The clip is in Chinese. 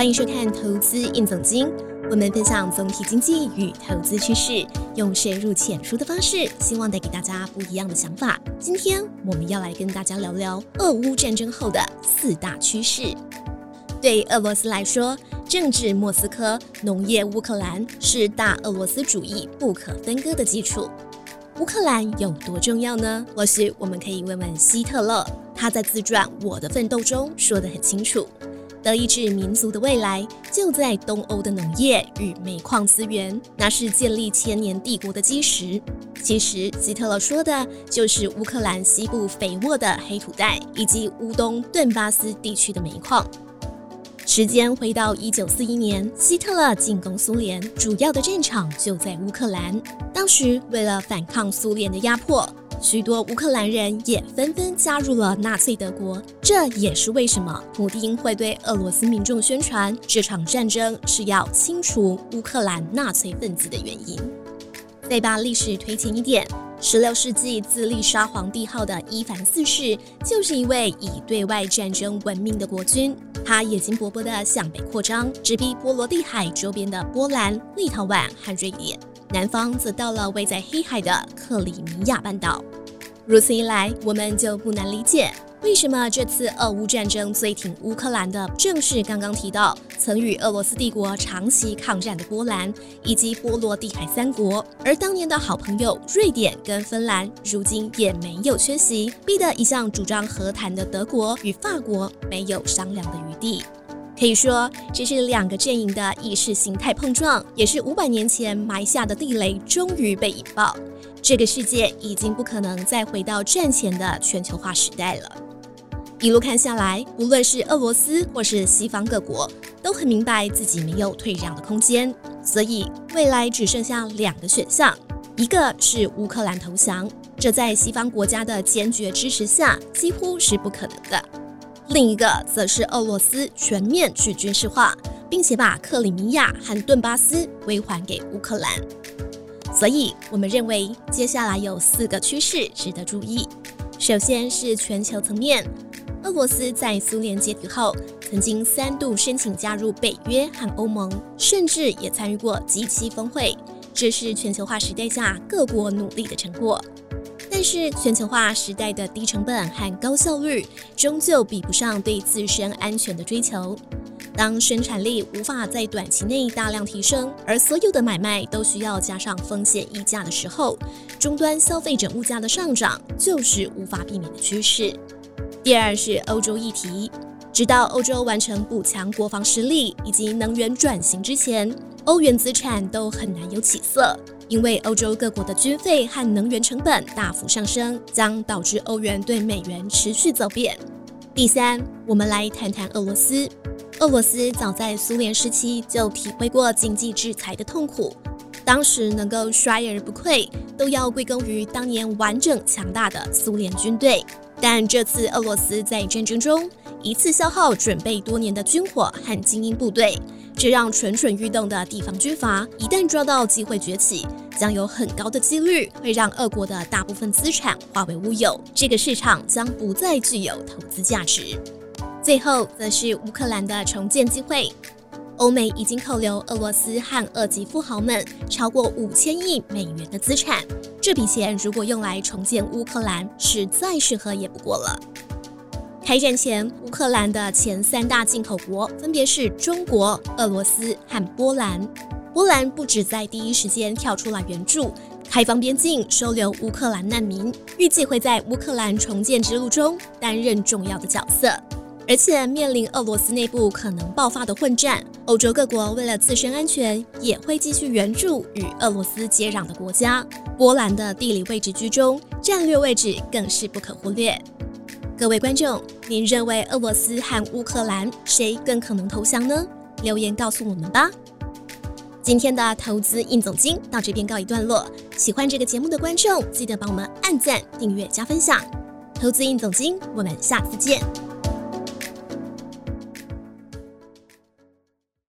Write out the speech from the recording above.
欢迎收看投资硬总经，我们分享总体经济与投资趋势，用深入浅出的方式，希望带给大家不一样的想法。今天我们要来跟大家聊聊俄乌战争后的4大趋势。对俄罗斯来说，政治莫斯科，农业乌克兰是大俄罗斯主义不可分割的基础。乌克兰有多重要呢？或许我们可以问问希特勒，他在自传《我的奋斗》中说得很清楚，德意志民族的未来就在东欧的农业与煤矿资源，那是建立千年帝国的基石。其实希特勒说的就是乌克兰西部肥沃的黑土带以及乌东顿巴斯地区的煤矿。时间回到1941年，希特勒进攻苏联，主要的战场就在乌克兰。当时为了反抗苏联的压迫，许多乌克兰人也纷纷加入了纳粹德国。这也是为什么普丁会对俄罗斯民众宣传这场战争是要清除乌克兰纳粹分子的原因。再把历史推前一点，16世纪自立沙皇帝号的伊凡4世就是一位以对外战争闻名的国君，他野心勃勃地向北扩张，直逼波罗的海周边的波兰、立陶宛和瑞典，南方则到了位在黑海的克里米亚半岛。如此一来，我们就不难理解为什么这次俄乌战争最挺乌克兰的正是刚刚提到曾与俄罗斯帝国长期抗战的波兰以及波罗的海3国，而当年的好朋友瑞典跟芬兰如今也没有缺席，逼得一向主张和谈的德国与法国没有商量的余地。可以说，这是2个阵营的意识形态碰撞，也是500年前埋下的地雷终于被引爆。这个世界已经不可能再回到战前的全球化时代了。一路看下来，无论是俄罗斯或是西方各国，都很明白自己没有退让的空间，所以未来只剩下2个选项，一个是乌克兰投降，这在西方国家的坚决支持下几乎是不可能的；另一个则是俄罗斯全面去军事化，并且把克里米亚和顿巴斯归还给乌克兰。所以我们认为接下来有4个趋势值得注意。首先是全球层面，俄罗斯在苏联解体后，曾经3度申请加入北约和欧盟，甚至也参与过G7峰会，这是全球化时代下各国努力的成果。但是全球化时代的低成本和高效率，终究比不上对自身安全的追求。当生产力无法在短期内大量提升，而所有的买卖都需要加上风险溢价的时候，终端消费者物价的上涨就是无法避免的趋势。第二是欧洲议题，直到欧洲完成补强国防实力以及能源转型之前，欧元资产都很难有起色，因为欧洲各国的军费和能源成本大幅上升，将导致欧元对美元持续走贬。第三，我们来谈谈俄罗斯。俄罗斯早在苏联时期就体会过经济制裁的痛苦，当时能够衰而不溃，都要归功于当年完整强大的苏联军队。但这次俄罗斯在战争中一次消耗准备多年的军火和精英部队，这让蠢蠢欲动的地方军阀一旦抓到机会崛起，将有很高的几率会让俄国的大部分资产化为乌有，这个市场将不再具有投资价值。最后则是乌克兰的重建机会，欧美已经扣留俄罗斯和俄籍富豪们超过5000亿美元的资产，这笔钱如果用来重建乌克兰，是再适合也不过了。开战前，乌克兰的前3大进口国分别是中国、俄罗斯和波兰。波兰不只在第一时间跳出来援助，开放边境收留乌克兰难民，预计会在乌克兰重建之路中担任重要的角色。而且面临俄罗斯内部可能爆发的混战，欧洲各国为了自身安全，也会继续援助与俄罗斯接壤的国家。波兰的地理位置居中，战略位置更是不可忽略。各位观众，您认为俄罗斯和乌克兰谁更可能投降呢？留言告诉我们吧。今天的投资硬总经到这边告一段落，喜欢这个节目的观众，记得帮我们按赞、订阅、加分享。投资硬总经，我们下次见。